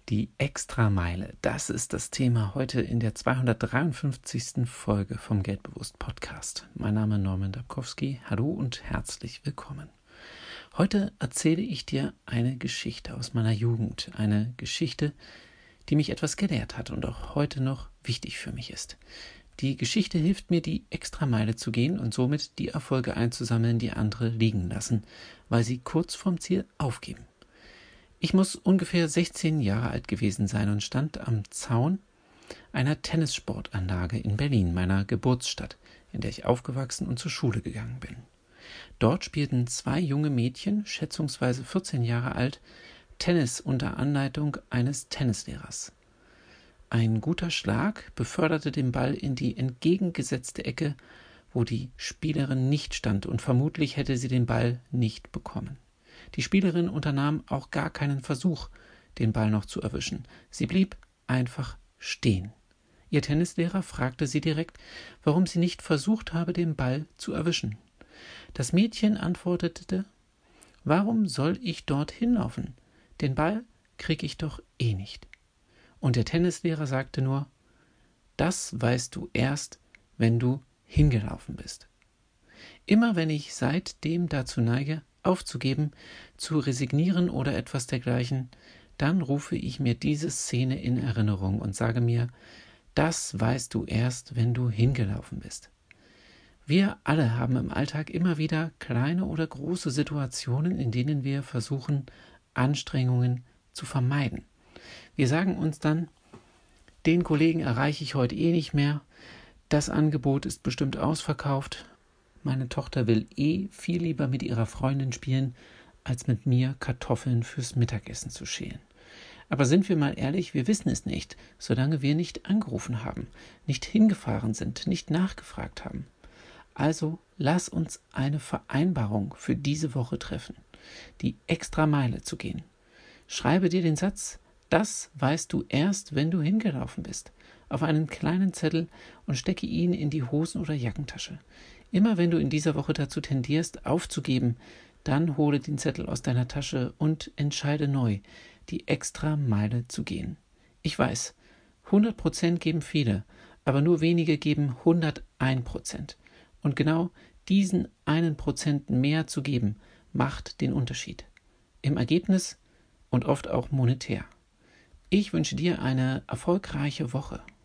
Die Extrameile, das ist das Thema heute in der 253. Folge vom Geldbewusst Podcast. Mein Name ist Norman Dabkowski. Hallo und herzlich willkommen. Heute erzähle ich dir eine Geschichte aus meiner Jugend. Eine Geschichte, die mich etwas gelehrt hat und auch heute noch wichtig für mich ist. Die Geschichte hilft mir, die Extrameile zu gehen und somit die Erfolge einzusammeln, die andere liegen lassen, weil sie kurz vorm Ziel aufgeben. Ich muss ungefähr 16 Jahre alt gewesen sein und stand am Zaun einer Tennissportanlage in Berlin, meiner Geburtsstadt, in der ich aufgewachsen und zur Schule gegangen bin. Dort spielten zwei junge Mädchen, schätzungsweise 14 Jahre alt, Tennis unter Anleitung eines Tennislehrers. Ein guter Schlag beförderte den Ball in die entgegengesetzte Ecke, wo die Spielerin nicht stand, und vermutlich hätte sie den Ball nicht bekommen. Die Spielerin unternahm auch gar keinen Versuch, den Ball noch zu erwischen. Sie blieb einfach stehen. Ihr Tennislehrer fragte sie direkt, warum sie nicht versucht habe, den Ball zu erwischen. Das Mädchen antwortete: Warum soll ich dort hinlaufen? Den Ball krieg ich doch eh nicht. Und der Tennislehrer sagte nur: Das weißt du erst, wenn du hingelaufen bist. Immer wenn ich seitdem dazu neige, aufzugeben, zu resignieren oder etwas dergleichen, dann rufe ich mir diese Szene in Erinnerung und sage mir: Das weißt du erst, wenn du hingelaufen bist. Wir alle haben im Alltag immer wieder kleine oder große Situationen, in denen wir versuchen, Anstrengungen zu vermeiden. Wir sagen uns dann: Den Kollegen erreiche ich heute eh nicht mehr, das Angebot ist bestimmt ausverkauft, meine Tochter will viel lieber mit ihrer Freundin spielen, als mit mir Kartoffeln fürs Mittagessen zu schälen. Aber sind wir mal ehrlich, wir wissen es nicht, solange wir nicht angerufen haben, nicht hingefahren sind, nicht nachgefragt haben. Also lass uns eine Vereinbarung für diese Woche treffen, die Extrameile zu gehen. Schreibe dir den Satz: Das weißt du erst, wenn du hingelaufen bist, auf einen kleinen Zettel und stecke ihn in die Hosen- oder Jackentasche. Immer wenn du in dieser Woche dazu tendierst, aufzugeben, dann hole den Zettel aus deiner Tasche und entscheide neu, die Extrameile zu gehen. Ich weiß, 100% geben viele, aber nur wenige geben 101%. Und genau diesen 1% mehr zu geben, macht den Unterschied. Im Ergebnis und oft auch monetär. Ich wünsche dir eine erfolgreiche Woche.